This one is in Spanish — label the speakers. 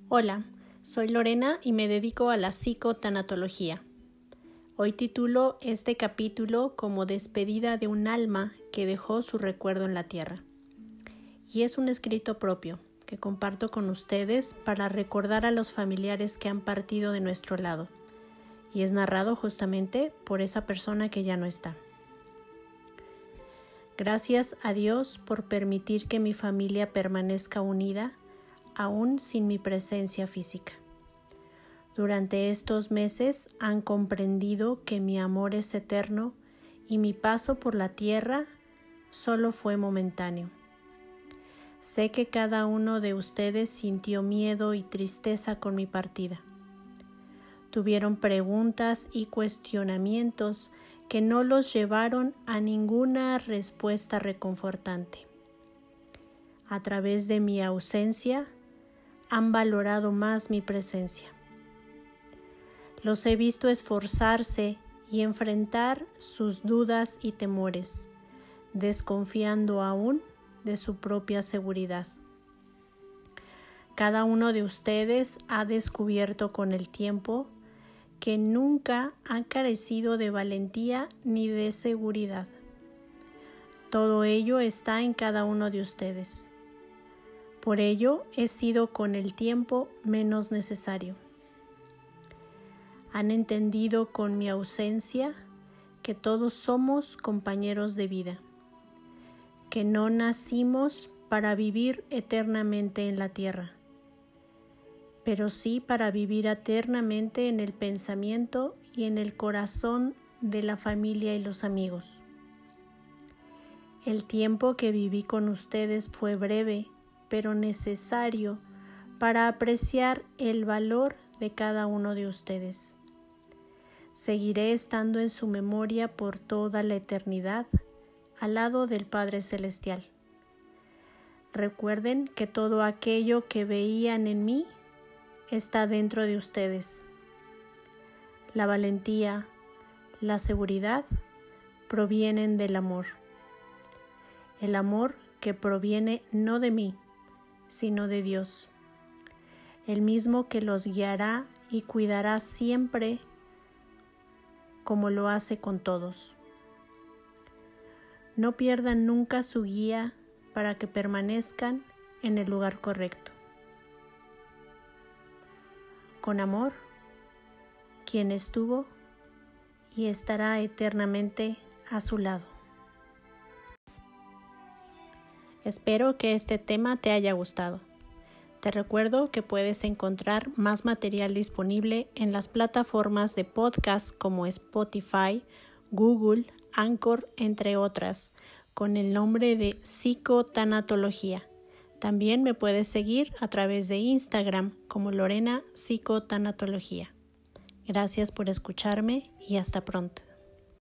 Speaker 1: Hola, soy Lorena y me dedico a la psicotanatología. Hoy titulo este capítulo como Despedida de un alma que dejó su recuerdo en la tierra. Y es un escrito propio que comparto con ustedes para recordar a los familiares que han partido de nuestro lado. Y es narrado justamente por esa persona que ya no está. Gracias a Dios por permitir que mi familia permanezca unida, aún sin mi presencia física. Durante estos meses han comprendido que mi amor es eterno y mi paso por la tierra solo fue momentáneo. Sé que cada uno de ustedes sintió miedo y tristeza con mi partida. Tuvieron preguntas y cuestionamientos que no los llevaron a ninguna respuesta reconfortante. A través de mi ausencia, han valorado más mi presencia. Los he visto esforzarse y enfrentar sus dudas y temores, desconfiando aún de su propia seguridad. Cada uno de ustedes ha descubierto con el tiempo que nunca han carecido de valentía ni de seguridad. Todo ello está en cada uno de ustedes. Por ello he sido con el tiempo menos necesario. Han entendido con mi ausencia que todos somos compañeros de vida, que no nacimos para vivir eternamente en la tierra, pero sí para vivir eternamente en el pensamiento y en el corazón de la familia y los amigos. El tiempo que viví con ustedes fue breve, pero necesario para apreciar el valor de cada uno de ustedes. Seguiré estando en su memoria por toda la eternidad, al lado del Padre Celestial. Recuerden que todo aquello que veían en mí está dentro de ustedes. La valentía, la seguridad provienen del amor. El amor que proviene no de mí, sino de Dios, el mismo que los guiará y cuidará siempre como lo hace con todos. No pierdan nunca su guía para que permanezcan en el lugar correcto. Con amor, quien estuvo y estará eternamente a su lado. Espero que este tema te haya gustado. Te recuerdo que puedes encontrar más material disponible en las plataformas de podcast como Spotify, Google, Anchor, entre otras, con el nombre de Psicotanatología. También me puedes seguir a través de Instagram como Lorena Psicotanatología. Gracias por escucharme y hasta pronto.